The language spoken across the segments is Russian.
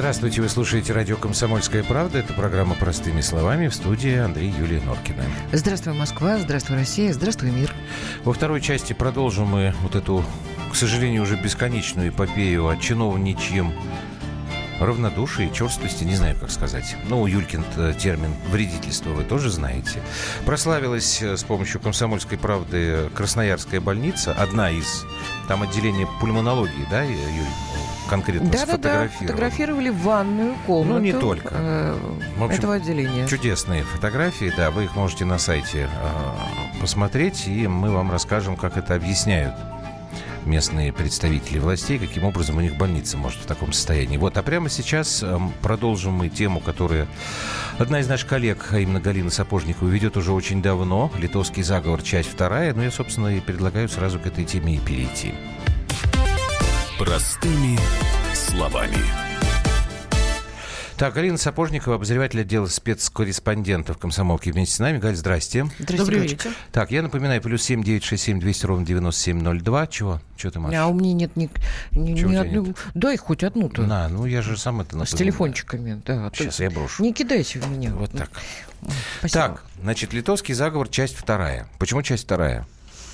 Здравствуйте, вы слушаете радио «Комсомольская правда». Это программа «Простыми словами», в студии Андрей, Юлия Норкина. Здравствуй, Москва, здравствуй, Россия, здравствуй, мир. Во второй части продолжим мы вот эту, к сожалению, уже бесконечную эпопею о чиновничьем равнодушии, черствости, не знаю, как сказать. Ну, Юлькин термин «вредительство» вы тоже знаете. Прославилась с помощью «Комсомольской правды» Красноярская больница, одна из, там отделение пульмонологии, да, Юль? Конкретно сфотографировали. Фотографировали ванную комнату. Ну, не только. В общем, этого отделения. Чудесные фотографии, да, вы их можете на сайте посмотреть, и мы вам расскажем, как это объясняют местные представители властей, каким образом у них больница может в таком состоянии. Вот, а прямо сейчас продолжим мы тему, которую одна из наших коллег, а именно Галина Сапожникова, ведет уже очень давно. «Литовский заговор», часть 2. Ну, я, собственно, и предлагаю сразу к этой теме и перейти. Простыми словами. Так, Галина Сапожникова, обозреватель отдела спецкорреспондентов «Комсомолки» вместе с нами. Галь, здрасте. Добрый вечер. Так, я напоминаю, +7 967 200 ровно 9702. Чего ты, Маша? А у меня нет ни одной. Дай хоть одну-то. Ну я же сам это напоминаю. С телефончиками, да. Сейчас я брошу. Не кидайся в меня. Вот так. Спасибо. Так, значит, «Литовский заговор», часть 2. Почему часть 2?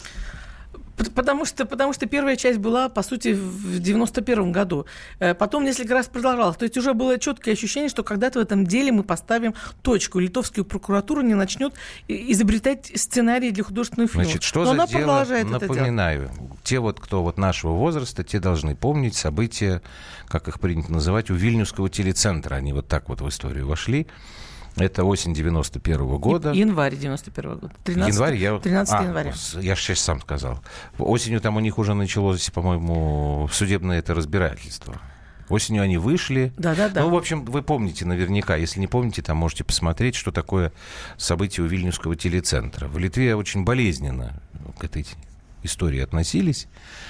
Потому что первая часть была, по сути, в 91 году. Потом несколько раз продолжалась. То есть уже было четкое ощущение, что когда-то в этом деле мы поставим точку. Литовская прокуратура не начнет изобретать сценарии для художественного фильма. Значит, что Но за она дело? продолжает Напоминаю, это делать. Те вот, кто вот нашего возраста, те должны помнить события, как их принято называть, у Вильнюсского телецентра. Они вот так вот в историю вошли. Это осень 91 года. Январь 91 года. 13 января. Я же сейчас сам сказал. Осенью там у них уже началось, по-моему, судебное это разбирательство. Осенью они вышли. Да. Ну, в общем, вы помните наверняка. Если не помните, там можете посмотреть, что такое событие у Вильнюсского телецентра. В Литве очень болезненно к этой истории относились.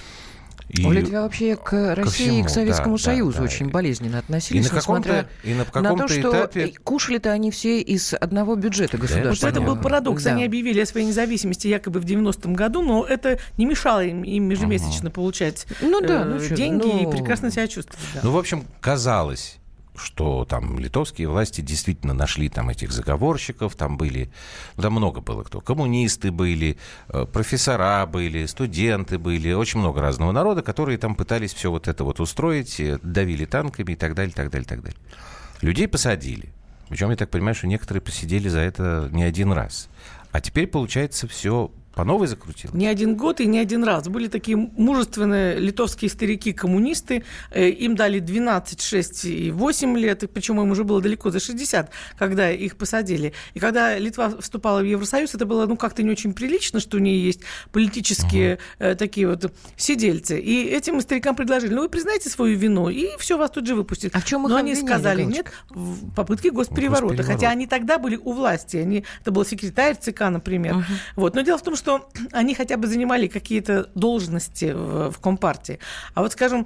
В Литве вообще к России и к Советскому Союзу очень болезненно относились, несмотря на то, что этапе... кушали-то они все из одного бюджета государственного. Вот это был парадокс. Да. Они объявили о своей независимости якобы в 90-м году, но это не мешало им ежемесячно получать деньги и прекрасно себя чувствовать. Да. Ну, в общем, казалось, что там литовские власти действительно нашли там этих заговорщиков, там были, там много было кто, коммунисты были, профессора были, студенты были, очень много разного народа, которые там пытались все вот это вот устроить, давили танками и так далее, так далее, так далее. Людей посадили. Причем, я так понимаю, что некоторые посидели за это не один раз. А теперь, получается, все по новой закрутилось? Не один год и не один раз. Были такие мужественные литовские старики-коммунисты. Им дали 12, 6 и 8 лет. Причем им уже было далеко за 60, когда их посадили. И когда Литва вступала в Евросоюз, это было как-то не очень прилично, что у нее есть политические такие вот сидельцы. И этим старикам предложили: вы признаете свою вину, и все, вас тут же выпустят. А в чем их Но они обвиняли, сказали нет в попытке госпереворота. Хотя они тогда были у власти. Это был секретарь ЦК, например. Вот. Но дело в том, что они хотя бы занимали какие-то должности в Компартии. А вот, скажем,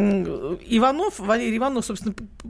Валерий Иванов, собственно,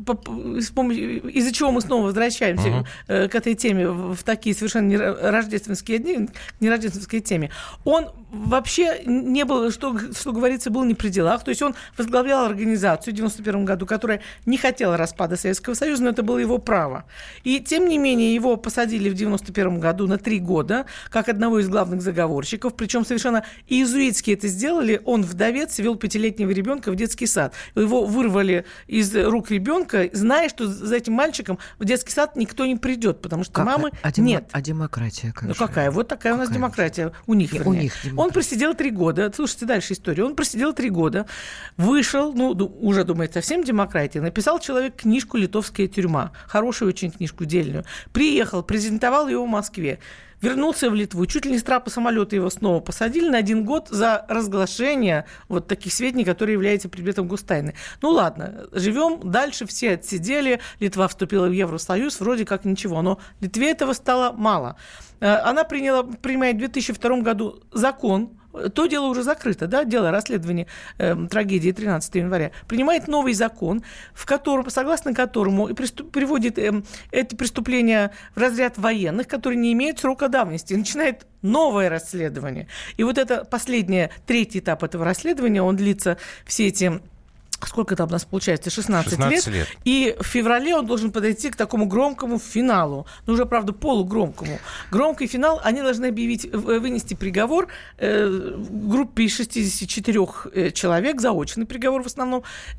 из-за чего мы снова возвращаемся к этой теме в такие совершенно нерождественские дни, к нерождественской теме, он вообще не был, что говорится, был не при делах. То есть он возглавлял организацию в 1991 году, которая не хотела распада Советского Союза, но это было его право. И, тем не менее, его посадили в 1991 году на 3 года, как одного из главных заговорщиков. Причем совершенно иезуитски это сделали. Он вдовец, вел 5-летнего ребенка в детский сад. Его вырвали из рук ребенка, зная, что за этим мальчиком в детский сад никто не придет, потому что мамы нет. А демократия как же? Какая? Вот такая у нас демократия. У них, вернее. Он просидел 3 года. Слушайте дальше историю. Он просидел 3 года, вышел, уже думает, совсем демократия. Написал человек книжку «Литовская тюрьма». Хорошую очень книжку, дельную. Приехал, презентовал ее в Москве. Вернулся в Литву. Чуть ли не с трапа самолета его снова посадили на 1 год за разглашение вот таких сведений, которые являются предметом гостайны. Ну ладно, живем дальше, все отсидели. Литва вступила в Евросоюз, вроде как ничего. Но Литве этого стало мало. Она принимает в 2002 году закон. То дело уже закрыто, да, дело расследования трагедии 13 января. Принимает новый закон, согласно которому приводит эти преступления в разряд военных, которые не имеют срока давности, и начинает новое расследование. И вот это последний, 3-й этап этого расследования, он длится все эти сколько там у нас получается, 16 лет. И в феврале он должен подойти к такому громкому финалу. Ну, уже, правда, полугромкому. Громкий финал, они должны вынести приговор группе из 64 человек, заочный приговор в основном,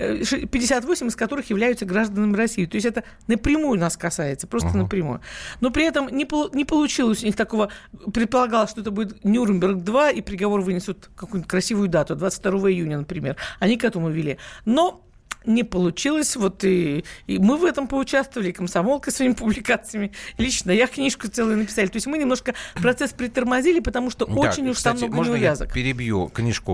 58 из которых являются гражданами России. То есть это напрямую нас касается, просто напрямую. Но при этом не получилось у них такого, предполагалось, что это будет Нюрнберг-2, и приговор вынесут какую-нибудь красивую дату, 22 июня, например. Они к этому вели. Но не получилось, вот и мы в этом поучаствовали, и «Комсомолка» своими публикациями, лично я книжку целую написали. То есть мы немножко процесс притормозили, потому что очень уж там много неувязок. Я перебью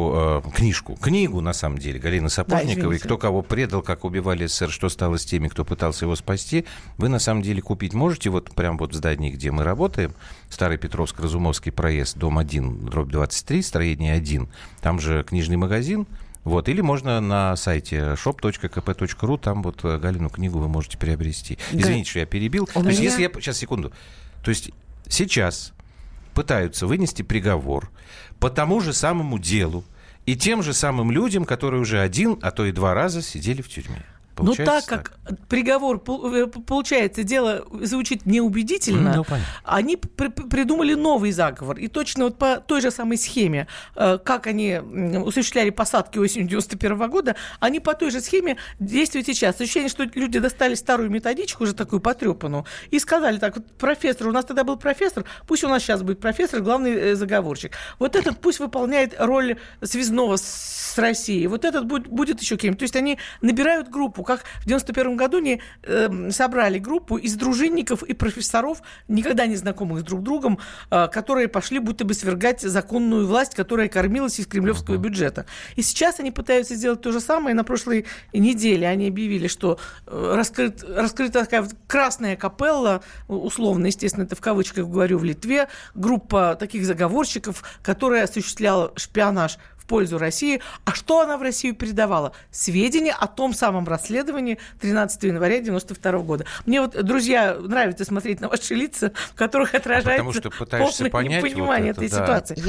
книгу, на самом деле, Галины Сапожниковой, «Кто кого предал, как убивали СССР, что стало с теми, кто пытался его спасти», вы на самом деле купить можете вот прямо вот в здании, где мы работаем, Старый Петровско-Разумовский проезд, дом 1, дробь 23, строение 1, там же книжный магазин. Вот, или можно на сайте shop.kp.ru, там вот Галину книгу вы можете приобрести. Извините, что я перебил. Сейчас, секунду. То есть сейчас пытаются вынести приговор по тому же самому делу и тем же самым людям, которые уже 1, а то и 2 раза сидели в тюрьме. Но так как приговор, получается, дело звучит неубедительно, они придумали новый заговор. И точно вот по той же самой схеме, как они осуществляли посадки осенью 91 года, они по той же схеме действуют сейчас. Ощущение, что люди достали старую методичку, уже такую потрепанную, и сказали так, вот профессор, у нас тогда был профессор, пусть у нас сейчас будет профессор, главный заговорщик. Вот этот пусть выполняет роль связного с Россией, вот этот будет еще кем-то. То есть они набирают группу, как в 91 году они собрали группу из дружинников и профессоров, никогда не знакомых друг с другом, которые пошли будто бы свергать законную власть, которая кормилась из кремлевского бюджета. И сейчас они пытаются сделать то же самое. На прошлой неделе они объявили, что раскрыта такая вот красная капелла, условно, естественно, это в кавычках говорю, в Литве, группа таких заговорщиков, которая осуществляла шпионаж в пользу России. А что она в Россию передавала? Сведения о том самом расследовании 13 января 1992 года. Мне вот, друзья, нравится смотреть на ваши лица, в которых отражается полное непонимание этой ситуации.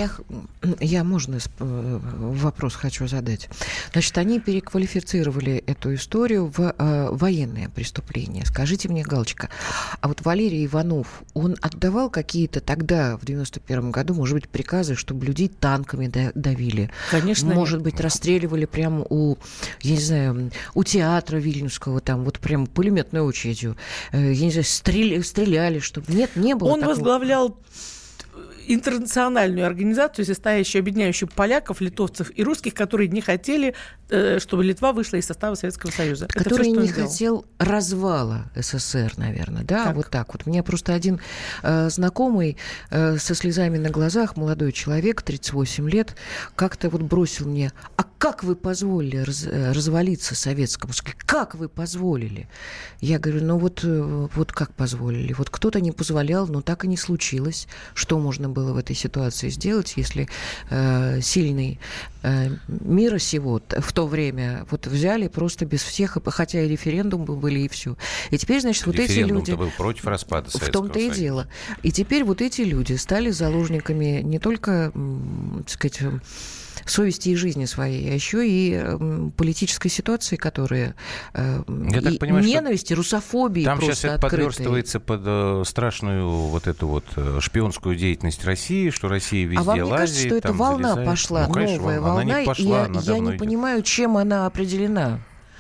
Я можно вопрос хочу задать. Значит, они переквалифицировали эту историю в военное преступление. Скажите мне, Галочка, а вот Валерий Иванов, он отдавал какие-то тогда, в 91 году, может быть, приказы, чтобы людей танками давили? Конечно, может быть, расстреливали прямо у театра Вильнюсского, там вот прямо пулеметной очередью. Я не знаю, стреляли, чтобы... Нет, не было Он такого. Возглавлял интернациональную организацию, состоящую, объединяющую поляков, литовцев и русских, которые не хотели, чтобы Литва вышла из состава Советского Союза. Который не хотел развала СССР, наверное, да? Так. Вот так вот. У меня просто один знакомый со слезами на глазах, молодой человек, 38 лет, как-то вот бросил мне: а как вы позволили развалиться Советскому? Как вы позволили? Я говорю, вот как позволили? Вот кто-то не позволял, но так и не случилось. Что можно было в этой ситуации сделать, если сильный мира сего в то время вот взяли просто без всех, хотя и референдумы были, и все. И теперь, значит, вот эти люди... Референдум-то был против распада Советского Союза. В том-то и дело. И теперь вот эти люди стали заложниками не только, так сказать, совести и жизни своей, а еще и политической ситуации, которая ненависти, русофобии там просто сейчас это открытой. подверстывается под страшную вот эту вот шпионскую деятельность России, что Россия везде лазит. А вам не кажется, что эта волна пошла, новая волна, и я не понимаю, чем она определена?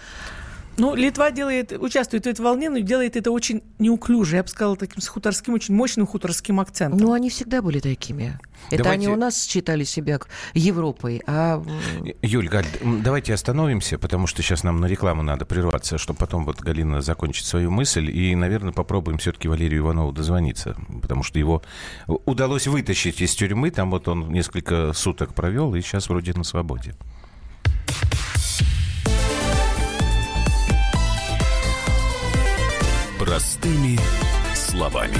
Литва участвует в этой волне, но делает это очень неуклюже. Я бы сказала, таким хуторским, очень мощным хуторским акцентом. Они всегда были такими. Это они у нас считали себя Европой. Юль, Галь, давайте остановимся, потому что сейчас нам на рекламу надо прерваться, чтобы потом вот Галина закончит свою мысль. И, наверное, попробуем все-таки Валерию Иванову дозвониться, потому что его удалось вытащить из тюрьмы. Там вот он несколько суток провел, и сейчас вроде на свободе. Простыми словами.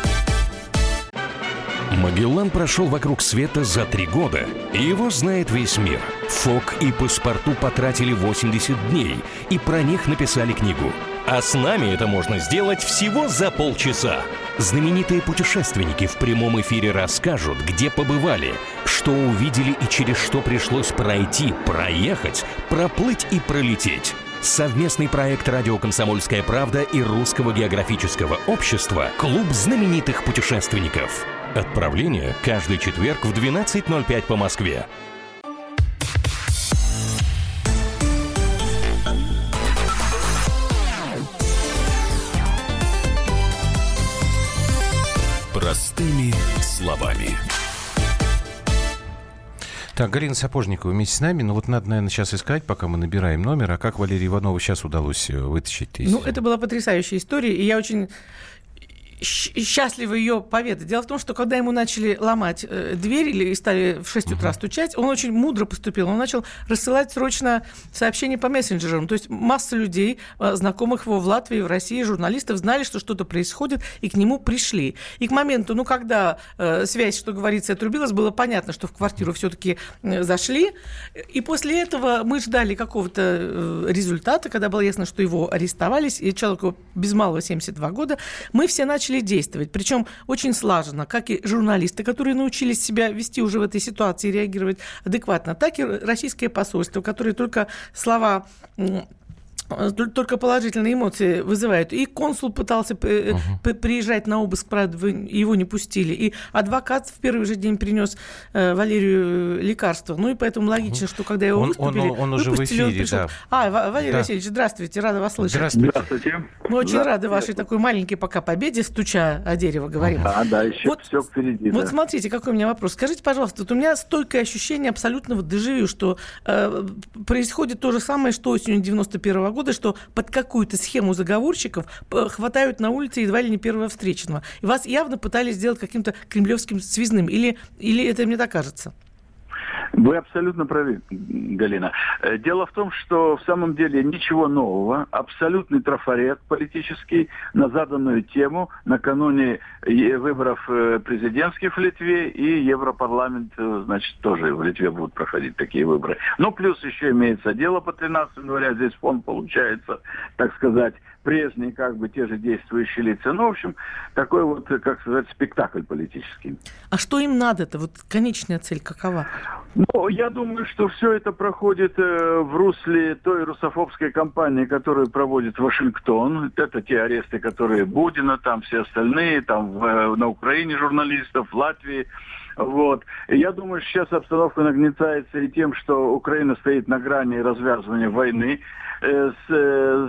Магеллан прошел вокруг света за 3 года, и его знает весь мир. Фок и Паспарту потратили 80 дней, и про них написали книгу. А с нами это можно сделать всего за полчаса. Знаменитые путешественники в прямом эфире расскажут, где побывали, Что увидели и через что пришлось пройти, проехать, проплыть и пролететь. Совместный проект «Радио Комсомольская правда» и Русского географического общества «Клуб знаменитых путешественников». Отправление каждый четверг в 12:05 по Москве. Простыми словами. Так, Галина Сапожникова вместе с нами. Ну вот надо, наверное, сейчас искать, пока мы набираем номер. А как Валерию Иванову сейчас удалось вытащить? Ну, это была потрясающая история, и я очень счастливо ее поведать. Дело в том, что когда ему начали ломать дверь или стали в 6 утра стучать, он очень мудро поступил. Он начал рассылать срочно сообщения по мессенджерам. То есть масса людей, знакомых его в Латвии, в России, журналистов, знали, что что-то происходит, и к нему пришли. И к моменту, когда связь, что говорится, отрубилась, было понятно, что в квартиру все-таки зашли. И после этого мы ждали какого-то результата, когда было ясно, что его арестовались, и человеку без малого 72 года. Мы все начали действовать. Причем очень слаженно, как и журналисты, которые научились себя вести уже в этой ситуации и реагировать адекватно, так и российское посольство, которое только слова... Только положительные эмоции вызывают. И консул пытался приезжать на обыск, правда, его не пустили. И адвокат в первый же день принес Валерию лекарство. Ну и поэтому логично, что когда его выступили, он уже в эфире, да. Валерий Васильевич, здравствуйте, рада вас слышать. Здравствуйте. Мы очень рады вашей такой маленькой пока победе, стуча о дерево, говорим. Да, еще все впереди. Вот смотрите, какой у меня вопрос. Скажите, пожалуйста, вот у меня стойкое ощущение абсолютного дежавю, что происходит то же самое, что осенью 91-го года, что под какую-то схему заговорщиков хватают на улице едва ли не первого встречного. И вас явно пытались сделать каким-то кремлевским связным. Или это мне так кажется? Вы абсолютно правы, Галина. Дело в том, что в самом деле ничего нового. Абсолютный трафарет политический на заданную тему накануне выборов президентских в Литве, и Европарламент, значит, тоже в Литве будут проходить такие выборы. Ну, плюс еще имеется дело по 13 января. Здесь фон получается, так сказать, прежние, как бы, те же действующие лица. Ну, в общем, такой вот, как сказать, спектакль политический. А что им надо-то? Вот конечная цель какова? Ну, я думаю, что все это проходит в русле той русофобской кампании, которую проводит Вашингтон. Это те аресты, которые Будина, там все остальные, там на Украине журналистов, в Латвии. Вот. И я думаю, сейчас обстановка нагнетается и тем, что Украина стоит на грани развязывания войны с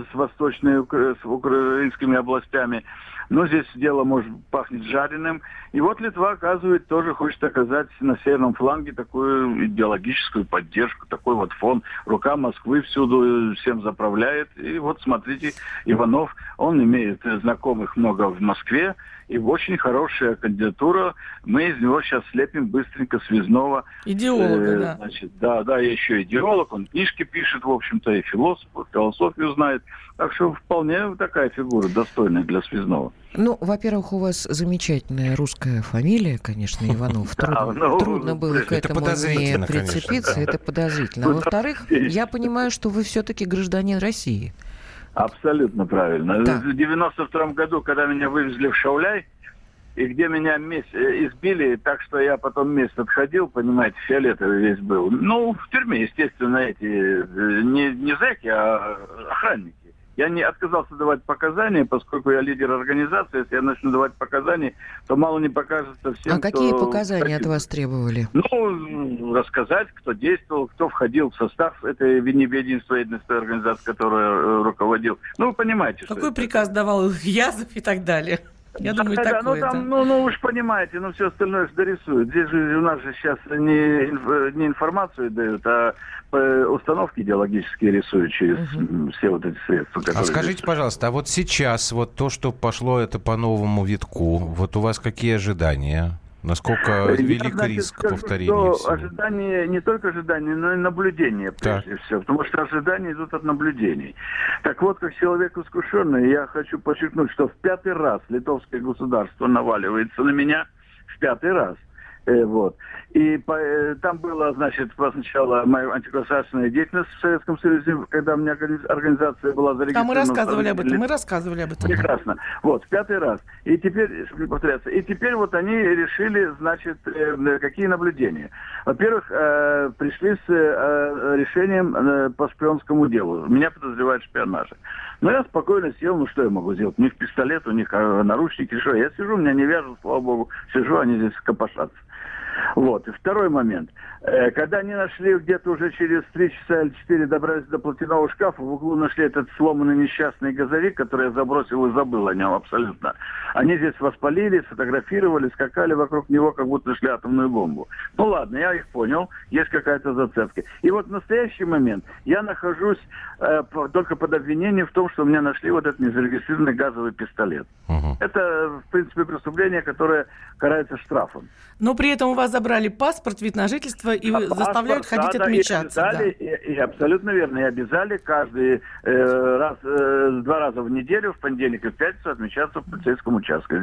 украинскими областями. Но здесь дело, может, пахнет жареным. И вот Литва, оказывает, тоже хочет оказать на северном фланге такую идеологическую поддержку, такой вот фон. Рука Москвы всюду всем заправляет. И вот, смотрите, Иванов, он имеет знакомых много в Москве. И очень хорошая кандидатура. Мы из него сейчас слепим быстренько связного. Идеолога, да. Значит, да, еще идеолог. Он книжки пишет, в общем-то, и философию знает. Так что вполне такая фигура достойная для связного. Ну, во-первых, у вас замечательная русская фамилия, конечно, Иванов. Трудно было к этому не прицепиться, это подозрительно. Во-вторых, я понимаю, что вы все-таки гражданин России. Абсолютно правильно. Да. В 92-м году, когда меня вывезли в Шауляй, и где меня избили, так что я потом месяц отходил, понимаете, фиолетовый весь был. Ну, в тюрьме, естественно, эти не зэки, а охранники. Я не отказался давать показания, поскольку я лидер организации. Если я начну давать показания, то мало не покажется всем, А какие показания от вас требовали? Ну, рассказать, кто действовал, кто входил в состав этой единственной организации, которую руководил. Ну, вы понимаете, что... Какой приказ давал Язов и так далее? Я думаю, такое. Ну, вы же понимаете, все остальное же дорисуют. Здесь же у нас же сейчас не информацию дают, а установки идеологические рисуют через все вот эти средства. А скажите, пожалуйста, а вот сейчас, вот то, что пошло это по новому витку, вот у вас какие ожидания? Насколько велик риск повторения всего? Ожидания, не только ожидания, но и наблюдения, прежде всего. Потому что ожидания идут от наблюдений. Так вот, как человек искушенный, я хочу подчеркнуть, что в 5-й раз литовское государство наваливается на меня. В 5-й раз. Вот. И там была, значит, сначала моя антигосударственная деятельность в Советском Союзе, когда у меня организация была зарегистрирована. Мы рассказывали об этом. Прекрасно. Вот, в 5-й раз. И теперь, чтобы не повторяться, и теперь вот они решили, значит, какие наблюдения. Во-первых, пришли с решением по шпионскому делу. Меня подозревают в шпионаже. Но я спокойно сел, ну что я могу сделать? У них пистолет, у них наручники, что? Я сижу, меня не вяжут, слава богу, сижу, они здесь копошатся. Вот. И второй момент. Когда они нашли где-то уже через 3 часа или 4 добрались до платяного шкафа, в углу нашли этот сломанный несчастный газовик, который я забросил и забыл о нем абсолютно. Они здесь воспалили, сфотографировали, скакали вокруг него, как будто нашли атомную бомбу. Ну ладно, я их понял, есть какая-то зацепка. И вот в настоящий момент я нахожусь только под обвинением в том, что у меня нашли вот этот незарегистрированный газовый пистолет. Это, в принципе, преступление, которое карается штрафом. Но при этом у вас забрали паспорт, вид на жительство и заставляют ходить отмечаться. И абсолютно верно. И обязали каждый раз, 2 раза в неделю, в понедельник и в пятницу отмечаться в полицейском участке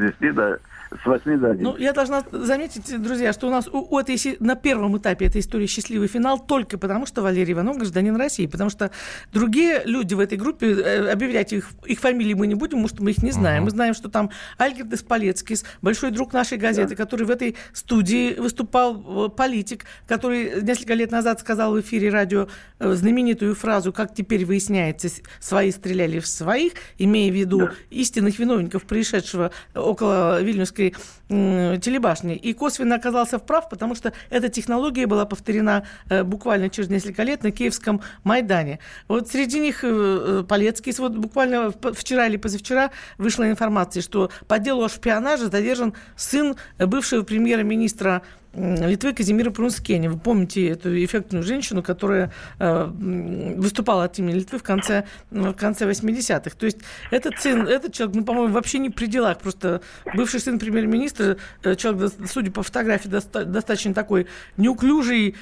с 8 до 11. Ну, я должна заметить, друзья, что у нас на первом этапе этой истории счастливый финал только потому, что Валерий Иванов гражданин России. Потому что другие люди в этой группе, объявлять их фамилии мы не будем, потому что мы их не знаем. Мы знаем, что там Альгердес Палецкис, большой друг нашей газеты, который в этой студии выступал, политик, который несколько лет назад сказал в эфире радио знаменитую фразу «Как теперь выясняется, свои стреляли в своих», имея в виду истинных виновников происшедшего около Вильнюсской телебашни. И косвенно оказался вправ, потому что эта технология была повторена буквально через несколько лет на Киевском Майдане. Вот среди них Палецкий. Вот буквально вчера или позавчера вышла информация, что по делу о шпионаже задержан сын бывшего премьер-министра Литвы Казимира Прунскеня. Вы помните эту эффектную женщину, которая выступала от имени Литвы в конце 80-х. То есть этот человек, по-моему, вообще не при делах. Просто бывший сын премьер-министра, человек, судя по фотографии, достаточно такой неуклюжий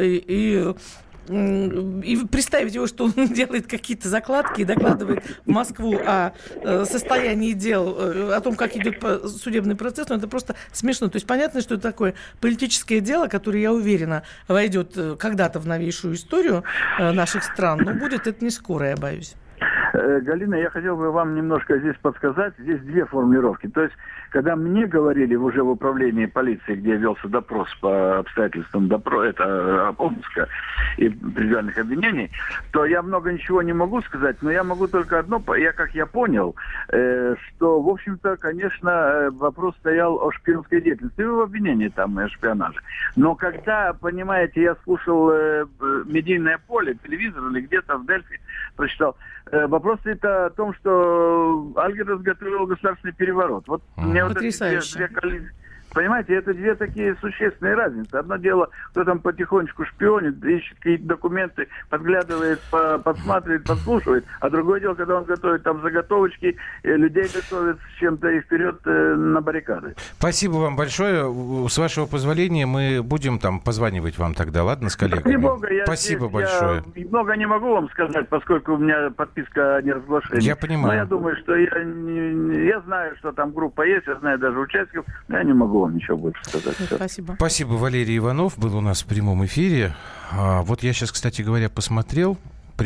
и представить его, что он делает какие-то закладки и докладывает в Москву о состоянии дел, о том, как идет судебный процесс, это просто смешно. То есть понятно, что это такое политическое дело, которое, я уверена, войдет когда-то в новейшую историю наших стран, но будет это не скоро, я боюсь. Галина, я хотел бы вам немножко здесь подсказать. Здесь 2 формулировки. То есть, когда мне говорили уже в управлении полиции, где велся допрос по обстоятельствам обыска и предъявленных обвинений, то я много ничего не могу сказать, но я могу только одно, как я понял, что, в общем-то, конечно, вопрос стоял о шпионской деятельности, и в обвинении там о шпионаже. Но когда, понимаете, я слушал медийное поле, телевизор или где-то в Дельфи прочитал, вопрос это о том, что Альгердес готовил государственный переворот. Вот мне потрясающе. Понимаете, это 2 такие существенные разницы. Одно дело, кто там потихонечку шпионит, ищет какие-то документы, подглядывает, подсматривает, подслушивает. А другое дело, когда он готовит там заготовочки, людей готовит с чем-то и вперед на баррикады. Спасибо вам большое. С вашего позволения мы будем там позванивать вам тогда, ладно, с коллегами? Спасибо большое. Я много не могу вам сказать, поскольку у меня подписка о неразглашении. Я понимаю. Но я думаю, что я знаю, что там группа есть, я знаю даже участников, но я не могу вам ничего больше сказать. Спасибо. Спасибо. Валерий Иванов был у нас в прямом эфире. Вот я сейчас, кстати говоря, посмотрел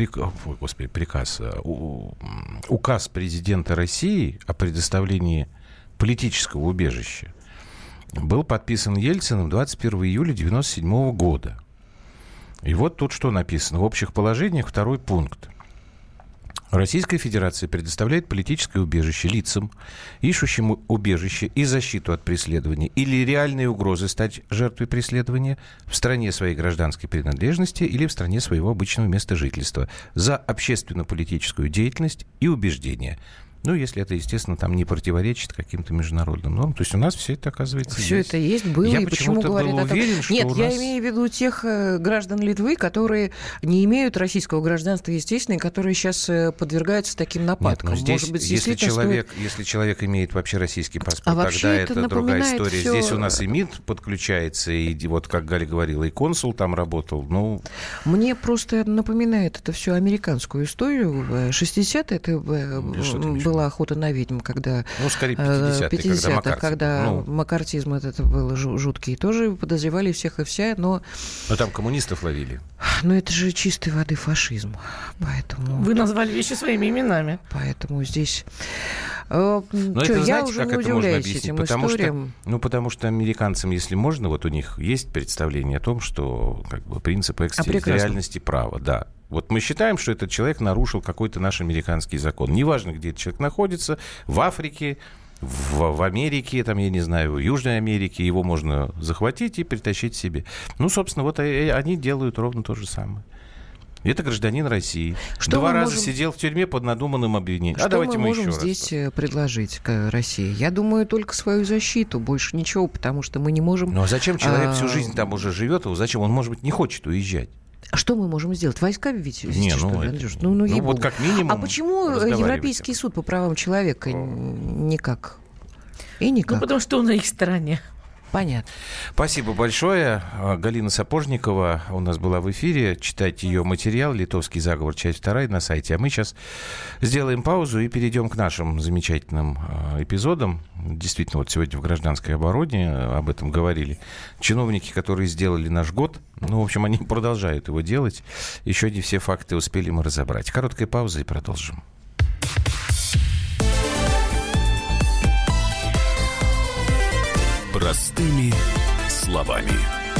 указ президента России о предоставлении политического убежища. Был подписан Ельциным 21 июля 1997 года. И вот тут что написано. В общих положениях 2 пункт. Российская Федерация предоставляет политическое убежище лицам, ищущим убежище и защиту от преследования или реальной угрозы стать жертвой преследования в стране своей гражданской принадлежности или в стране своего обычного места жительства за общественно-политическую деятельность и убеждения. Ну, если это, естественно, там не противоречит каким-то международным нормам. То есть у нас все это, оказывается, все есть. Это есть, было. Я и почему говорят был уверен, что Нет, у нас... я имею в виду тех граждан Литвы, которые не имеют российского гражданства, естественно, и которые сейчас подвергаются таким нападкам. Нет, здесь, может быть, если человек имеет вообще российский паспорт, тогда это другая история. Всё... Здесь у нас и МИД подключается, и вот, как Галя говорила, и консул там работал. Мне просто напоминает это все американскую историю. В 60-е это было была охота на ведьм, когда... Скорее 50-е, когда маккартизм это был жуткий. Тоже подозревали всех и вся, но... Но там коммунистов ловили. Но это же чистой воды фашизм. Поэтому... Вы назвали вещи своими именами. Поэтому здесь... Но это, я знаете, уже как не это можно удивляюсь объяснить? этим Потому историям. потому что американцам, если можно, вот у них есть представление о том, что как бы принцип экстерриториальности права, да. Вот мы считаем, что этот человек нарушил какой-то наш американский закон. Неважно, где этот человек находится, в Африке, в Америке, там, я не знаю, в Южной Америке, его можно захватить и притащить себе. Собственно, вот они делают ровно то же самое. Это гражданин России. Что 2 раза сидел в тюрьме под надуманным обвинением. Что давайте мы можем еще здесь предложить России? Я думаю, только свою защиту, больше ничего, потому что мы не можем... Ну а зачем человек всю жизнь там уже живет? Зачем? Он, может быть, не хочет уезжать. Что мы можем сделать? Войска ввести, что ли, Андрюш? Вот как минимум. А почему Европейский суд по правам человека никак? И никак. Потому что он на их стороне. Понятно. Спасибо большое. Галина Сапожникова у нас была в эфире. Читайте ее материал «Литовский заговор. Часть 2» на сайте. А мы сейчас сделаем паузу и перейдем к нашим замечательным эпизодам. Действительно, вот сегодня в «Гражданской обороне» об этом говорили чиновники, которые сделали наш год. В общем, они продолжают его делать. Еще не все факты успели мы разобрать. Короткая пауза и продолжим. Простыми словами.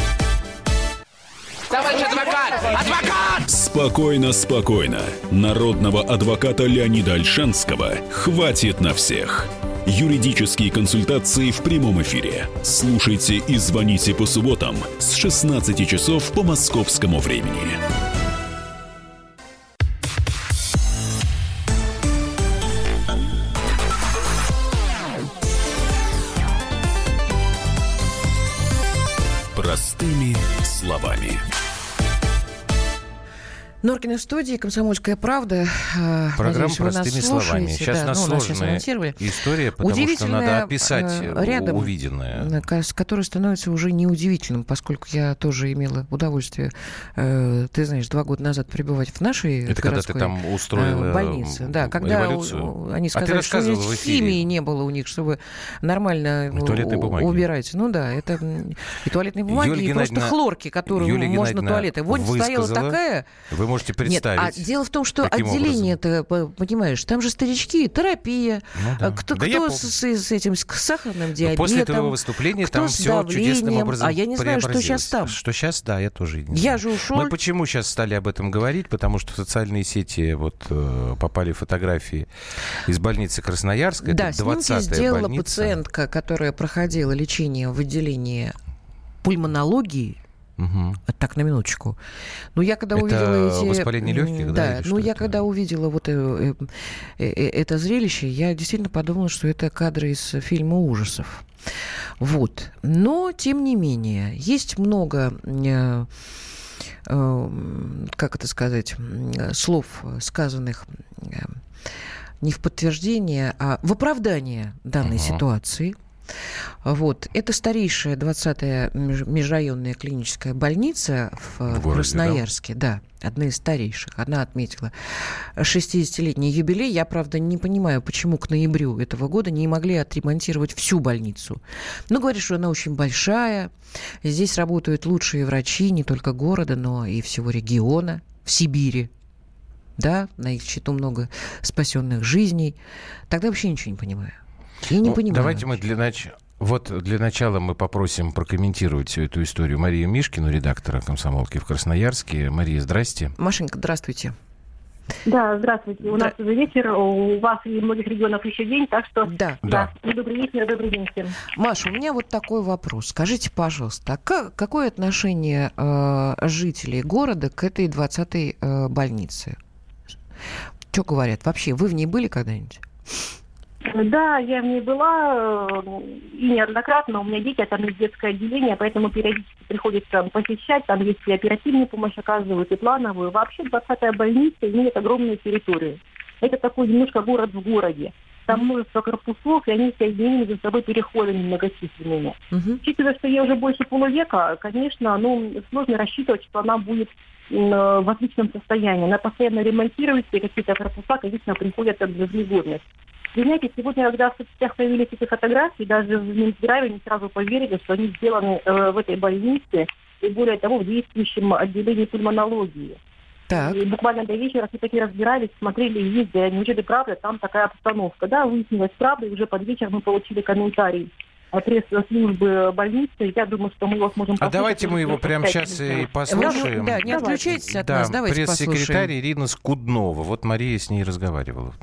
Товарищ адвокат! Адвокат! Спокойно, спокойно. Народного адвоката Леонида Ольшанского хватит на всех. Юридические консультации в прямом эфире. Слушайте и звоните по субботам с 16 часов по московскому времени. Простыми словами. Норкина в студии, «Комсомольская правда». Программа Надеюсь, «Простыми словами». Сейчас да, сложная история, потому что надо описать рядом, увиденное. Который становится уже неудивительным, поскольку я тоже имела удовольствие, ты знаешь, 2 года назад пребывать в нашей Это когда ты там устроила больнице. Да, когда они сказали, что химии не было у них, чтобы нормально убирать. Это и туалетной бумаги, и просто хлорки, которую можно туалеты. Вонь стояла такая... Вы можете представить. Нет, дело в том, что отделение-то, понимаешь, там же старички, терапия, кто с этим с сахарным диабетом, после твоего выступления там все чудесным образом я не знаю, что сейчас там. Что сейчас, да, я тоже не знаю. Я же ушел. Мы почему сейчас стали об этом говорить? Потому что в социальные сети попали фотографии из больницы Красноярска. Да, это снимки сделала пациентка, которая проходила лечение в отделении пульмонологии. Угу. Так, на минуточку. Я когда это увидела эти... воспаление легких, да? Я когда увидела это зрелище, я действительно подумала, что это кадры из фильма ужасов. Но, тем не менее, есть много... как это сказать, слов, сказанных не в подтверждение, а в оправдание данной ситуации. Это старейшая 20-я межрайонная клиническая больница в городе, Красноярске. Да, одна из старейших. Она отметила 60-летний юбилей. Я, правда, не понимаю, почему к ноябрю этого года не могли отремонтировать всю больницу. Говорят, что она очень большая. Здесь работают лучшие врачи не только города, но и всего региона, в Сибири. Да, на их счету много спасенных жизней. Тогда вообще ничего не понимаю. Я не понимаю. Давайте мы для начала мы попросим прокомментировать всю эту историю Марию Мишкину, редактора «Комсомолки» в Красноярске. Мария, здрасте. Машенька, здравствуйте. Да, здравствуйте. У нас уже вечер, у вас и в многих регионах еще день, так что... Да. Добрый вечер, добрый день всем. Маша, у меня такой вопрос. Скажите, пожалуйста, какое отношение жителей города к этой 20-й больнице? Что говорят? Вообще, вы в ней были когда-нибудь? Да, я в ней была и неоднократно. У меня дети, там есть детское отделение, поэтому периодически приходится посещать. Там есть и оперативную помощь оказывают, и плановую. Вообще 20-я больница имеет огромную территорию. Это такой немножко город в городе. Там множество корпусов, и они соединены между собой переходами многочисленными. Учитывая, что я уже больше полувека, конечно, сложно рассчитывать, что она будет в отличном состоянии. Она постоянно ремонтируется, и какие-то корпуса, конечно, приходят в негодность. Вы знаете, сегодня, когда в соцсетях появились эти фотографии, даже в Минздраве не сразу поверили, что они сделаны в этой больнице, и более того, в действующем отделении пульмонологии. Так. И буквально до вечера все таки разбирались, смотрели, ездили, неужели правда, там такая обстановка. Да, выяснилось правда, и уже под вечер мы получили комментарий пресс-службы больницы. Я думаю, что мы его сможем послушать. А давайте мы его прямо сейчас и послушаем. Да, не отключайтесь от нас, давайте послушаем. Пресс-секретарь Ирина Скуднова. Вот Мария с ней разговаривала.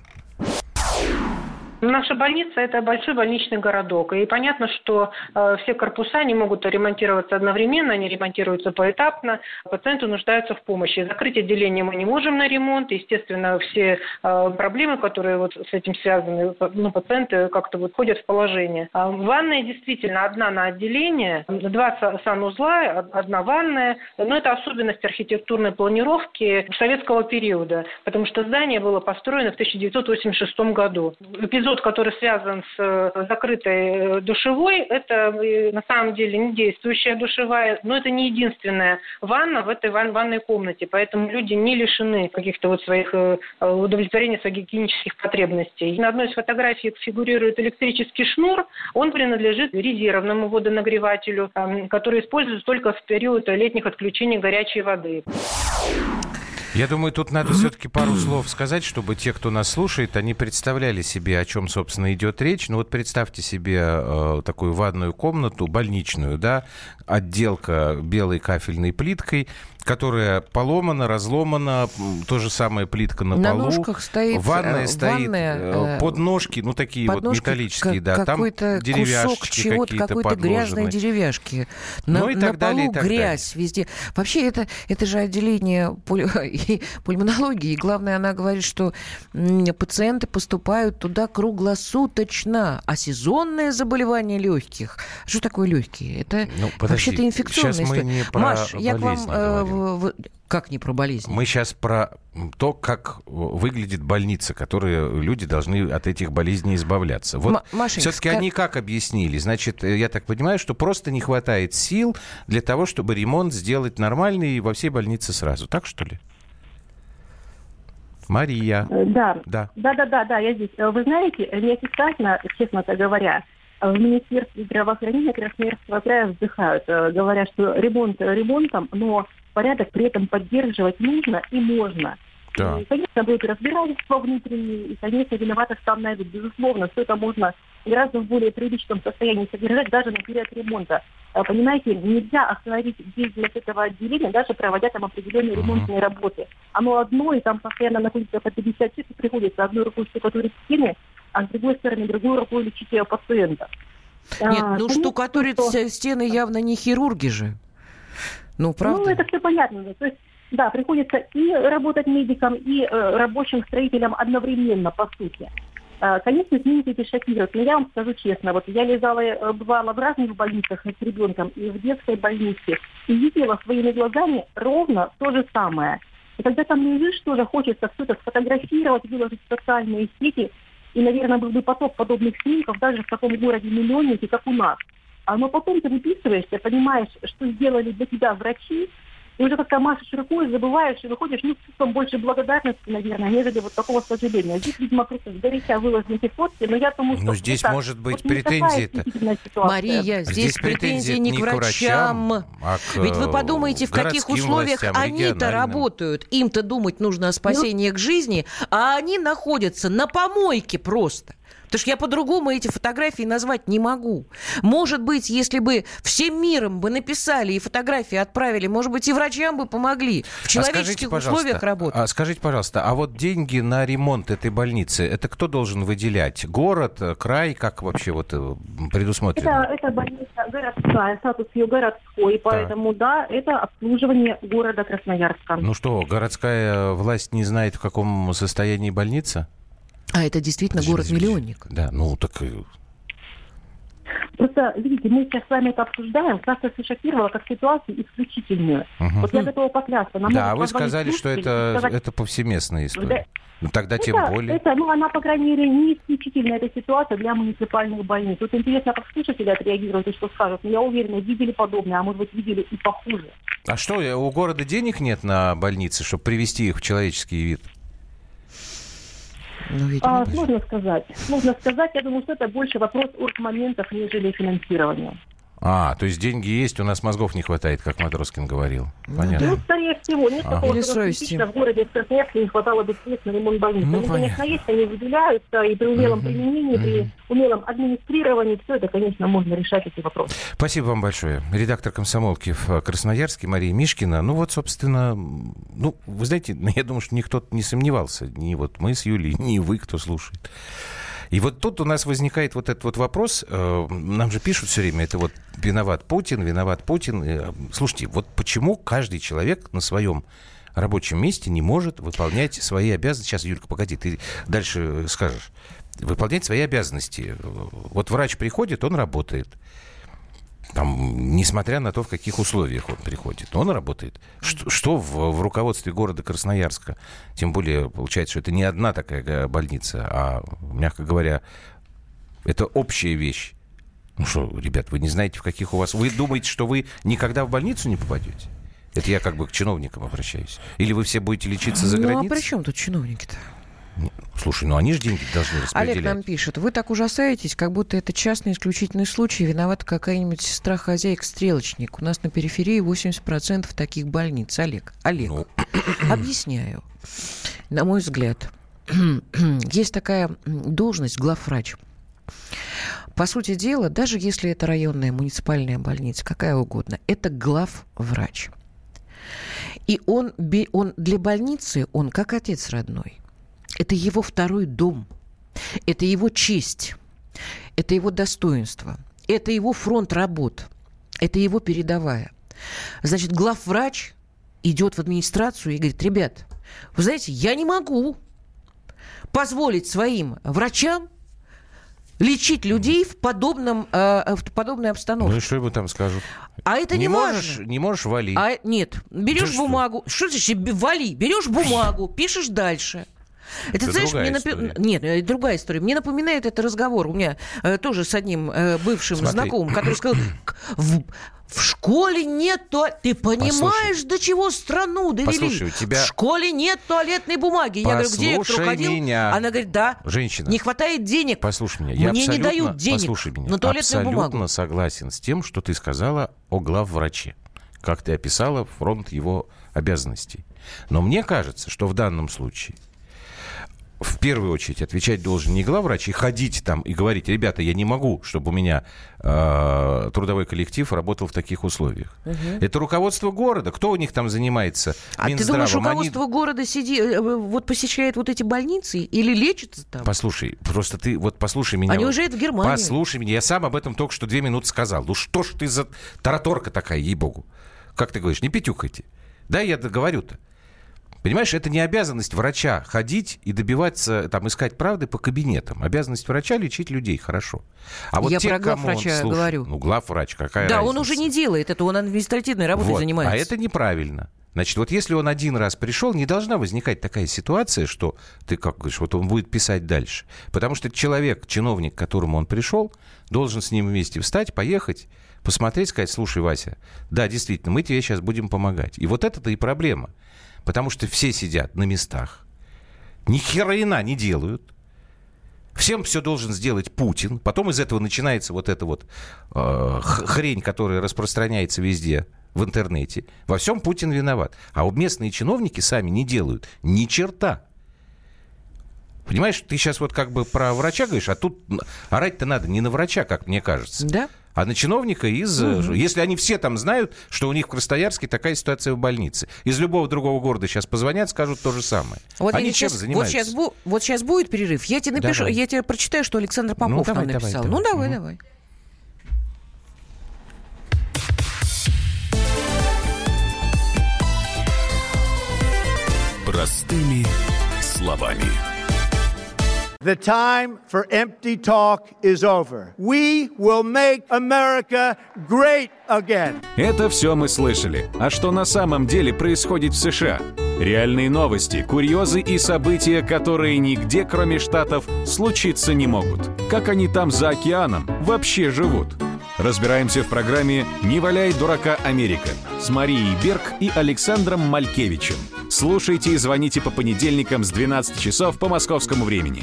Наша больница – это большой больничный городок. И понятно, что все корпуса не могут ремонтироваться одновременно, они ремонтируются поэтапно. Пациенты нуждаются в помощи. Закрыть отделение мы не можем на ремонт. Естественно, все проблемы, которые вот с этим связаны, пациенты как-то вот входят в положение. Ванная действительно одна на отделение, 2 санузла, 1 ванная. Но это особенность архитектурной планировки советского периода, потому что здание было построено в 1986 году. Эпизод, который связан с закрытой душевой, это на самом деле не действующая душевая, но это не единственная ванна в этой ванной комнате, поэтому люди не лишены каких-то вот своих удовлетворения своих гигиенических потребностей. На одной из фотографий фигурирует электрический шнур, он принадлежит резервному водонагревателю, который используется только в период летних отключений горячей воды. Я думаю, тут надо все-таки пару слов сказать, чтобы те, кто нас слушает, они представляли себе, о чем, собственно, идет речь. Ну вот представьте себе такую ванную комнату, больничную, да, отделка белой кафельной плиткой, которая поломана, разломана, то же самое плитка на полу. На ножках стоит ванная стоит, подножки, ну такие вот металлические, да, там деревяшечки чего-то, какой-то грязной деревяшки. На полу грязь везде. Вообще это же отделение пульмонологии, и главное, она говорит, что пациенты поступают туда круглосуточно, а сезонное заболевание легких. Что такое легкие? Это вообще-то инфекционная история. Маш, я к вам... Как не про болезнь? Мы сейчас про то, как выглядит больница, которые люди должны от этих болезней избавляться. Вот все-таки они как объяснили? Значит, я так понимаю, что просто не хватает сил для того, чтобы ремонт сделать нормальный во всей больнице сразу. Так, что ли? Мария. Да, я здесь. Вы знаете, неофициально, честно говоря, в Министерстве здравоохранения Красноярского края вздыхают, говоря, что ремонт ремонтом, но порядок при этом поддерживать нужно и можно. Да. И, конечно, будет разбирательство внутреннее, и, конечно, виноватых там найдут. Безусловно, все это можно гораздо в более приличном состоянии содержать даже на период ремонта. Понимаете, нельзя остановить деятельность этого отделения, даже проводя там определенные ремонтные работы. Оно одно, и там постоянно находится по 50 часов, приходится одной рукой штукатурить стены, а с другой стороны, другой рукой лечить пациента. Нет, штукатурить стены явно не хирурги же. Правда? Это все понятно. То есть, да, приходится и работать медиком, и рабочим строителем одновременно, по сути. Конечно, изменения эти шокируют. Но я вам скажу честно, вот я бывала в разных больницах с ребенком и в детской больнице, и видела своими глазами ровно то же самое. И когда там лежишь, тоже хочется все это сфотографировать, выложить в социальные сети, и, наверное, был бы поток подобных снимков даже в таком городе-миллионнике, как у нас. Но потом ты выписываешься, понимаешь, что сделали для тебя врачи, и уже как-то машешь рукой, забываешь, и выходишь, с чувством больше благодарности, наверное, нежели вот такого сожаления. Здесь, видимо, просто сгоряча выложены эти фотки, но я думаю, что... Но здесь может быть претензии-то. Мария, здесь претензии не к врачам. Ведь вы подумайте, в каких условиях они-то работают. Им-то думать нужно о спасении к жизни, а они находятся на помойке просто. Потому что я по-другому эти фотографии назвать не могу. Может быть, если бы всем миром бы написали и фотографии отправили, может быть, и врачам бы помогли в человеческих условиях работать. Скажите, пожалуйста, а вот деньги на ремонт этой больницы, это кто должен выделять? Город, край, как вообще вот предусмотрено? Это больница городская, статус ее городской, и поэтому, да, это обслуживание города Красноярска. Ну что, городская власть не знает, в каком состоянии больница? А это действительно город-миллионник. Да, так... Просто, видите, мы сейчас с вами это обсуждаем, нас это шокировало как ситуацию исключительную. Вот я готова поклясться. Да, вы сказали, что это повсеместная история. Тогда тем более. Она, по крайней мере, не исключительная эта ситуация для муниципальных больниц. Вот интересно, как слушатели отреагируют и что скажут. Но я уверена, видели подобное, а может быть, видели и похуже. А что, у города денег нет на больницы, чтобы привести их в человеческий вид? Сложно сказать. Я думаю, что это больше вопрос оргмоментов, нежели финансирования. То есть деньги есть, у нас мозгов не хватает, как Матроскин говорил. Понятно. Скорее всего. Нет такого, что в городе Красноярске не хватало бы средств на ремонт больницы. Они, конечно, есть, они выделяются, и при умелом применении, при умелом администрировании, все это, конечно, можно решать, эти вопросы. Спасибо вам большое. Редактор «Комсомолки» в Красноярске Мария Мишкина. Собственно, вы знаете, я думаю, что никто не сомневался. Ни вот мы с Юлей, ни вы, кто слушает. И вот тут у нас возникает вот этот вот вопрос. Нам же пишут все время, это вот виноват Путин. Слушайте, вот почему каждый человек на своем рабочем месте не может выполнять свои обязанности? Сейчас, Юлька, погоди, ты дальше скажешь. Выполнять свои обязанности. Вот врач приходит, он работает. Там, несмотря на то, в каких условиях он приходит, он работает. Что в руководстве города Красноярска? Тем более, получается, что это не одна такая больница, а, мягко говоря, это общая вещь. Ребят, вы не знаете, в каких у вас... Вы думаете, что вы никогда в больницу не попадете? Это я как бы к чиновникам обращаюсь. Или вы все будете лечиться за границей? А при чем тут чиновники-то? Слушай, они же деньги должны распределять. Олег нам пишет, вы так ужасаетесь, как будто это частный исключительный случай, виновата какая-нибудь сестра-хозяйка-стрелочник. У нас на периферии 80% таких больниц. Олег, объясняю. На мой взгляд, есть такая должность главврач. По сути дела, даже если это районная муниципальная больница, какая угодно, это главврач. И он для больницы, он как отец родной. Это его второй дом, это его честь, это его достоинство, это его фронт работ, это его передовая. Значит, главврач идет в администрацию и говорит: ребят, вы знаете, я не могу позволить своим врачам лечить людей в подобной обстановке. Ну и что ему там скажут? А это не важно. Не можешь, вали. Нет, берешь бумагу. Что значит вали? Берешь бумагу, пишешь дальше. Это знаешь, Нет, другая история. Мне напоминает это разговор у меня тоже с одним бывшим знакомым, который сказал: в школе нет Ты понимаешь, до чего страну довели? В школе нет туалетной бумаги. Я говорю, к директору ходил. Она говорит: да. Женщина. Не хватает денег. Послушай меня. Мне не дают денег на туалетную бумагу. Абсолютно согласен с тем, что ты сказала о главвраче. Как ты описала фронт его обязанностей. Но мне кажется, что в данном случае в первую очередь отвечать должен не главврач и ходить там и говорить: ребята, я не могу, чтобы у меня трудовой коллектив работал в таких условиях. Это руководство города. Кто у них там занимается Минздравом? Ты думаешь, руководство города посещает вот эти больницы или лечится там? Послушай, просто ты послушай меня. Они уезжают в Германию. Послушай меня. Я сам об этом только что 2 минуты сказал. Что ж ты за тараторка такая, ей-богу? Как ты говоришь, не пятюкайте. Да, я говорю-то. Понимаешь, это не обязанность врача ходить и добиваться, искать правды по кабинетам. Обязанность врача лечить людей, хорошо. А вот я про главврача говорю. Главврач, какая разница? Да, он уже не делает это, он административной работой занимается. А это неправильно. Значит, если он один раз пришел, не должна возникать такая ситуация, что ты, как говоришь, он будет писать дальше. Потому что человек, чиновник, к которому он пришел, должен с ним вместе встать, поехать, посмотреть, сказать: слушай, Вася, да, действительно, мы тебе сейчас будем помогать. И вот это-то и проблема. Потому что все сидят на местах, ни херена не делают. Всем все должен сделать Путин. Потом из этого начинается вот эта хрень, которая распространяется везде в интернете. Во всем Путин виноват. А местные чиновники сами не делают ни черта. Понимаешь, ты сейчас как бы про врача говоришь, а тут орать-то надо не на врача, как мне кажется. Да. А на чиновника Если они все там знают, что у них в Красноярске такая ситуация в больнице. Из любого другого города сейчас позвонят, скажут то же самое. Они чем занимаются? Вот сейчас будет перерыв. Я тебе напишу, я тебе прочитаю, что Александр Попов нам написал. Давай. Простыми словами. The time for empty talk is over. We will make America great again. Это все мы слышали. А что на самом деле происходит в США? Реальные новости, курьезы и события, которые нигде, кроме Штатов, случиться не могут. Как они там за океаном вообще живут? Разбираемся в программе «Не валяй дурака, Америка» с Марией Берг и Александром Малькевичем. Слушайте и звоните по понедельникам с 12 часов по московскому времени.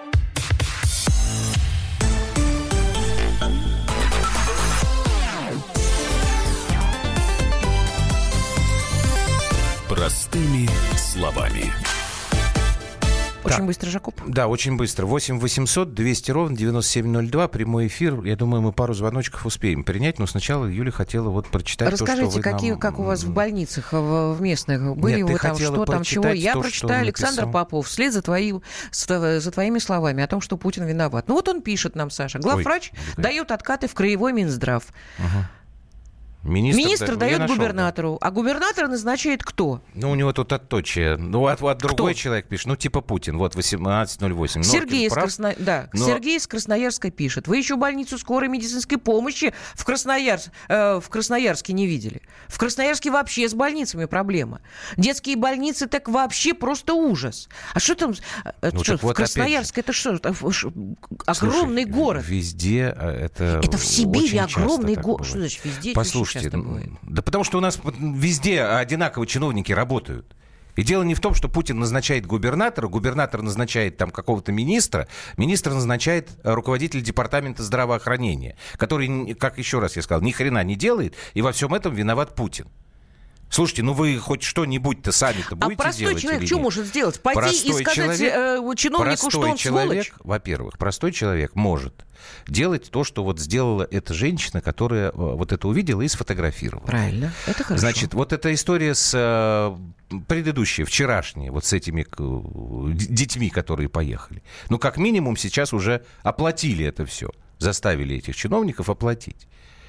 Простыми словами. Очень быстро, Жакоб. Да, очень быстро. 8 800 200 ровно 9702. Прямой эфир. Я думаю, мы пару звоночков успеем принять. Но сначала Юля хотела вот прочитать Расскажите, то, что вы нам... как у вас в больницах, в местных, были Нет, вы там, что там, чего? Я прочитаю, Александр Попов, вслед за твоими словами о том, что Путин виноват. Ну вот он пишет нам, Саша. Главврач дает откаты в краевой Минздрав. Министр дает губернатору, а губернатор назначает кто? Ну, у него тут отточие. Ну, вот другой человек пишет, ну, типа Путин, вот 1808. Сергей из Красноярска пишет. Вы еще больницу скорой медицинской помощи в Красноярске не видели. В Красноярске вообще с больницами проблема. Детские больницы так вообще просто ужас. А что там? В Красноярске это что? Огромный город. Везде это в Сибири огромный город. Что значит везде? Послушайте, да потому что у нас везде одинаково чиновники работают. И дело не в том, что Путин назначает губернатора, губернатор назначает там какого-то министра, министр назначает руководителя департамента здравоохранения, который, как еще раз я сказал, ни хрена не делает, и во всем этом виноват Путин. Слушайте, ну вы хоть что-нибудь-то сами-то будете делать? А простой человек что может сделать? Пойти и сказать чиновнику, что он сволочь? Во-первых, простой человек может делать то, что вот сделала эта женщина, которая вот это увидела и сфотографировала. Правильно, это хорошо. Значит, вот эта история с предыдущей, вчерашней, вот с этими детьми, которые поехали. Ну, как минимум, сейчас уже оплатили это все. Заставили этих чиновников оплатить.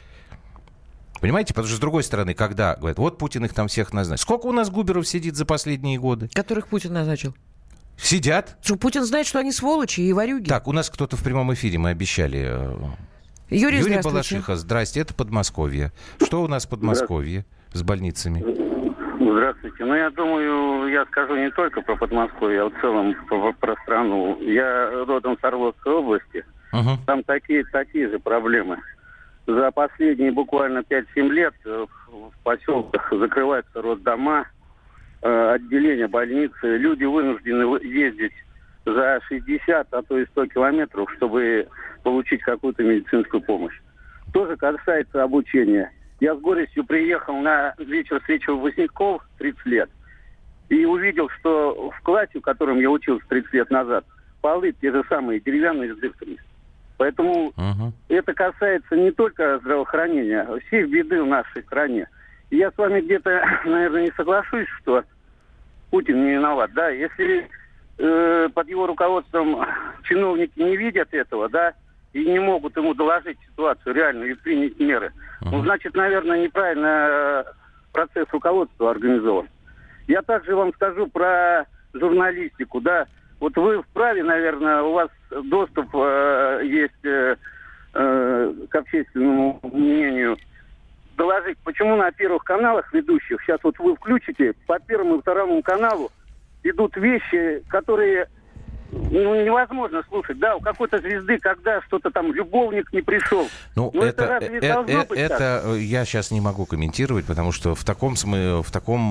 Понимаете? Потому что, с другой стороны, когда говорят, вот Путин их там всех назначил. Сколько у нас губеров сидит за последние годы? Которых Путин назначил. Сидят. Что Путин знает, что они сволочи и ворюги. Так, у нас кто-то в прямом эфире, мы обещали. Юрий Балашиха, здрасте, это Подмосковье. Что у нас в Подмосковье с больницами? Здравствуйте. Ну, я думаю, я скажу не только про Подмосковье, а в целом про страну. Я родом с Орловской области. Там такие же проблемы. За последние буквально 5-7 лет в поселках закрываются роддома, отделения больницы. Люди вынуждены ездить за 60, а то и 100 километров, чтобы получить какую-то медицинскую помощь. Тоже касается обучения. Я с горестью приехал на вечер встречи выпускников 30 лет и увидел, что в классе, в котором я учился 30 лет назад, полы те же самые, деревянные с дырками. Поэтому это касается не только здравоохранения, а всей беды в нашей стране. И я с вами где-то, наверное, не соглашусь, что Путин не виноват. Да, если под его руководством чиновники не видят этого, да, и не могут ему доложить ситуацию реально и принять меры, ну, значит, наверное, неправильно процесс руководства организован. Я также вам скажу про журналистику, да. Вот вы вправе, наверное, у вас доступ есть к общественному мнению, доложить, почему на первых каналах ведущих, сейчас вот вы включите, по первому и второму каналу идут вещи, которые невозможно слушать. Да, у какой-то звезды, когда что-то там, любовник не пришел. Ну, это разве должно быть так? Я сейчас не могу комментировать, потому что в таком смысле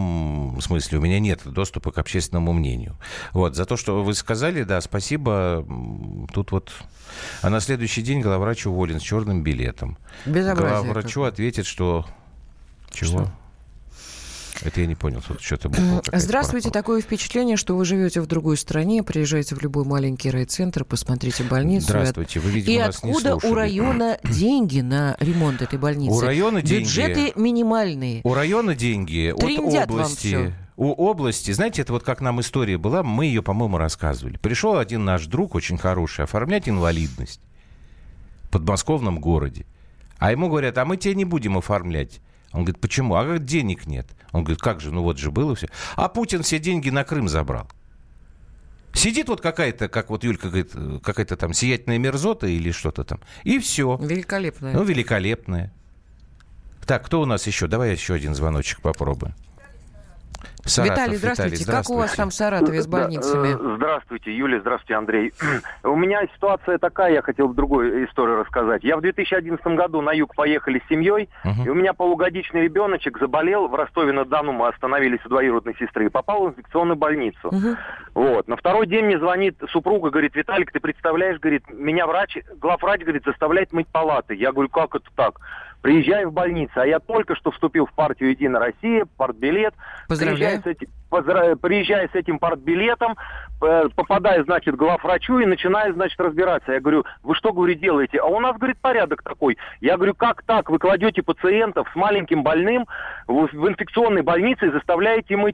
у меня нет доступа к общественному мнению. Вот, за то, что вы сказали, да, спасибо. Тут вот... А на следующий день главврач уволен с черным билетом. Безобразие. Главврачу ответит, что... Чего? Это я не понял. Тут что-то было. Здравствуйте. Такое впечатление, что вы живете в другой стране, приезжаете в любой маленький райцентр, посмотрите больницу. Здравствуйте. Вы, видимо, и нас не слушали. Откуда у района деньги на ремонт этой больницы? У района деньги. Бюджеты минимальные. У района деньги от области. У области, знаете, это вот как нам история была, мы ее, по-моему, рассказывали. Пришел один наш друг, очень хороший, оформлять инвалидность в подмосковном городе. А ему говорят, а мы тебе не будем оформлять. Он говорит, почему? А говорит, денег нет. Он говорит, как же, ну вот же было все. А Путин все деньги на Крым забрал. Сидит вот какая-то, как вот Юлька говорит, какая-то там сиятельная мерзота или что-то там. И все. Великолепная. Ну, великолепная. Так, кто у нас еще? Давай еще один звоночек попробуем. Саратов, Виталий, здравствуйте. Как у вас там в Саратове с больницами? Здравствуйте, Юлия, здравствуйте, Андрей. У меня ситуация такая, я хотел бы другую историю рассказать. Я в 2011 году на юг поехали с семьей, и у меня полугодичный ребеночек заболел в Ростове-на-Дону, мы остановились у двоюродной сестры, и попал в инфекционную больницу. Вот. На второй день мне звонит супруга, говорит: Виталик, ты представляешь, говорит, меня главврач, говорит, заставляет мыть палаты. Я говорю: как это так? Приезжаю в больницу, а я только что вступил в партию «Единая Россия», партбилет. Поздравляю. Приезжаю с этим партбилетом, попадаю, значит, к главврачу и начинаю, значит, разбираться. Я говорю: вы что, говорю, делаете? А у нас, говорит, порядок такой. Я говорю: как так? Вы кладете пациентов с маленьким больным в инфекционной больнице и заставляете мыть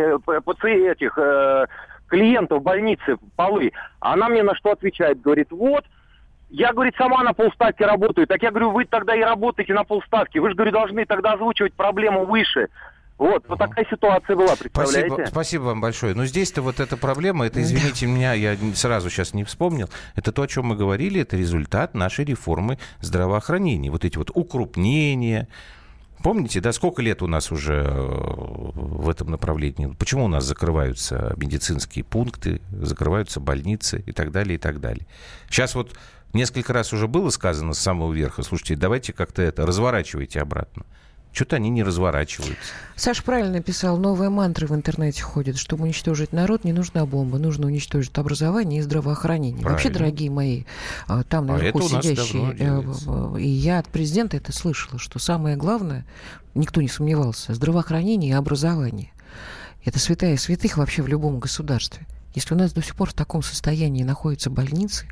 клиентов больницы полы. А она мне на что отвечает? Говорит: вот, я, говорит, сама на полставки работаю. Так я говорю: вы тогда и работаете на полставки. Вы же, говорю, должны тогда озвучивать проблему выше. Вот такая ситуация была, представляете? Спасибо вам большое. Но здесь-то вот эта проблема, это, извините меня, я сразу сейчас не вспомнил, это то, о чем мы говорили, это результат нашей реформы здравоохранения. Вот эти вот укрупнения. Помните, да, сколько лет у нас уже в этом направлении? Почему у нас закрываются медицинские пункты, закрываются больницы и так далее, и так далее. Сейчас вот несколько раз уже было сказано с самого верха: слушайте, давайте как-то это разворачивайте обратно. Что-то они не разворачиваются. Саша правильно писал, новые мантры в интернете ходят. Чтобы уничтожить народ, не нужна бомба. Нужно уничтожить образование и здравоохранение. Правильно. Вообще, дорогие мои, там наверху сидящие, и я от президента это слышала, что самое главное, никто не сомневался, здравоохранение и образование. Это святая святых вообще в любом государстве. Если у нас до сих пор в таком состоянии находятся больницы,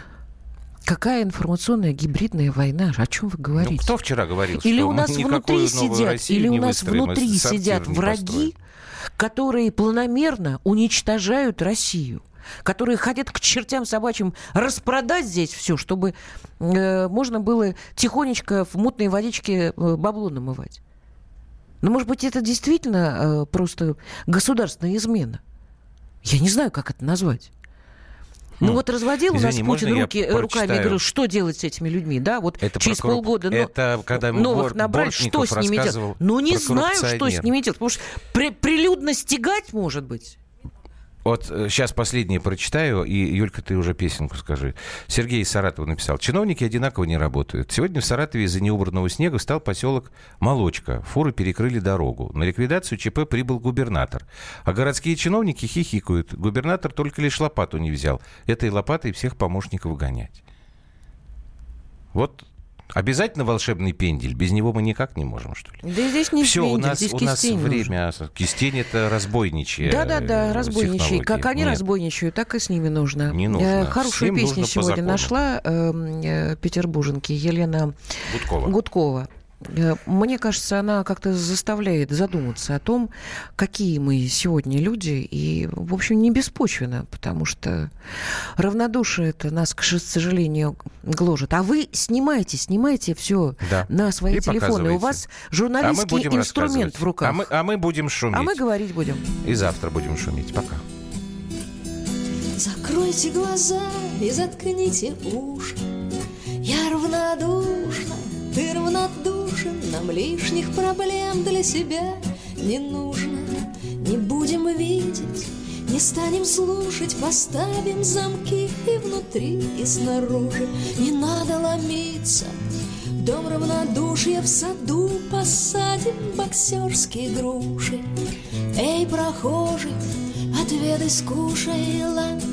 какая информационная гибридная война? О чем вы говорите? Ну, кто вчера говорил, или что у нас внутри сидят, или у нас внутри сидят враги, которые планомерно уничтожают Россию, которые хотят к чертям собачьим распродать здесь все, чтобы можно было тихонечко в мутной водичке бабло намывать. Но, может быть, это действительно просто государственная измена? Я не знаю, как это назвать. Ну вот разводил у нас Путин руками и говорил, что делать с этими людьми, да, вот это через полгода новых набрали, что с ними делать? Ну не знаю, что с ними делать, потому что прилюдно стягать, может быть. Вот сейчас последнее прочитаю, и, Юлька, ты уже песенку скажи. Сергей из Саратова написал: чиновники одинаково не работают. Сегодня в Саратове из-за неубранного снега стал поселок Молочка. Фуры перекрыли дорогу. На ликвидацию ЧП прибыл губернатор. А городские чиновники хихикают. Губернатор только лишь лопату не взял. Этой лопатой всех помощников гонять. Вот обязательно волшебный пендель? Без него мы никак не можем, что ли? Да здесь не все, пендель, здесь у нас время. Кистень — это разбойничьи. Да, разбойничьи. Как они разбойничают, так и с ними нужно. Не нужно. Хорошую песню сегодня нашла петербурженки Елена Гудкова. Мне кажется, она как-то заставляет задуматься о том, какие мы сегодня люди, и, в общем, не беспочвенно, потому что равнодушие это нас, к сожалению, гложет. А вы снимайте все на свои телефоны. У вас журналистский инструмент в руках. А мы будем шуметь. А мы говорить будем. И завтра будем шуметь. Пока. Закройте глаза и заткните уши. Я равнодушна. Ты равнодушен, нам лишних проблем для себя не нужно. Не будем видеть, не станем слушать, поставим замки и внутри, и снаружи. Не надо ломиться, в дом равнодушия в саду посадим боксерские груши. Эй, прохожий, отведай, скушай,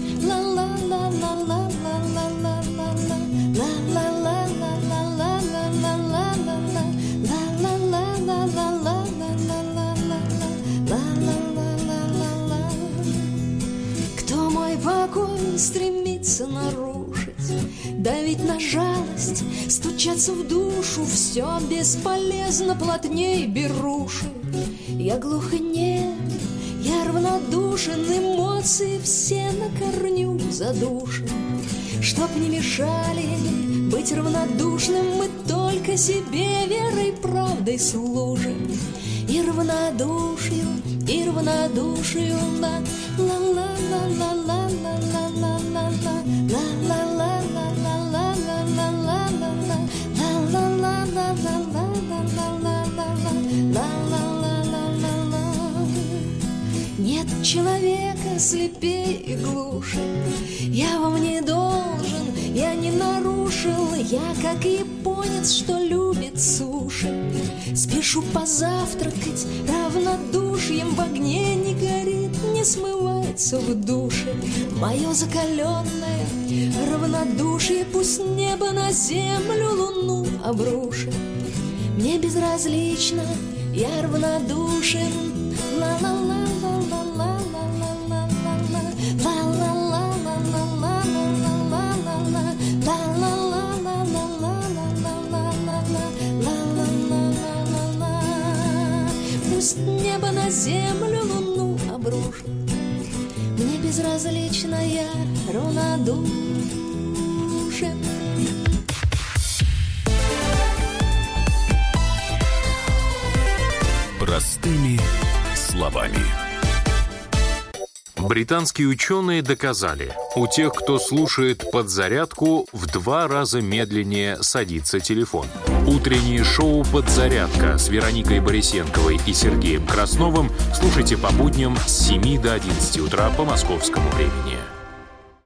Кто мой покой стремится нарушить, давить на жалость, стучаться в душу, все бесполезно, плотней беруши. Я глухонем, я равнодушен, эмоции все на корню задушен. Чтоб не мешали быть равнодушным, мы только себе верой, правдой служим. И равнодушию, на ла ла ла ла ла ла ла ла ла ла ла ла ла ла ла. человека слепее и глуше. Я вам не должен, я не нарушил, я как японец, что любит суши. Спешу позавтракать, равнодушием в огне не горит, не смывается в душе. Мое закаленное равнодушие пусть небо на землю луну обрушит. Мне безразлично, я равнодушен. Пусть небо на землю луну обрушит. Мне безразлично, я равнодушен. Простыми словами. Британские ученые доказали, у тех, кто слушает «Подзарядку», в 2 раза медленнее садится телефон. Утреннее шоу «Подзарядка» с Вероникой Борисенковой и Сергеем Красновым слушайте по будням с 7 до 11 утра по московскому времени.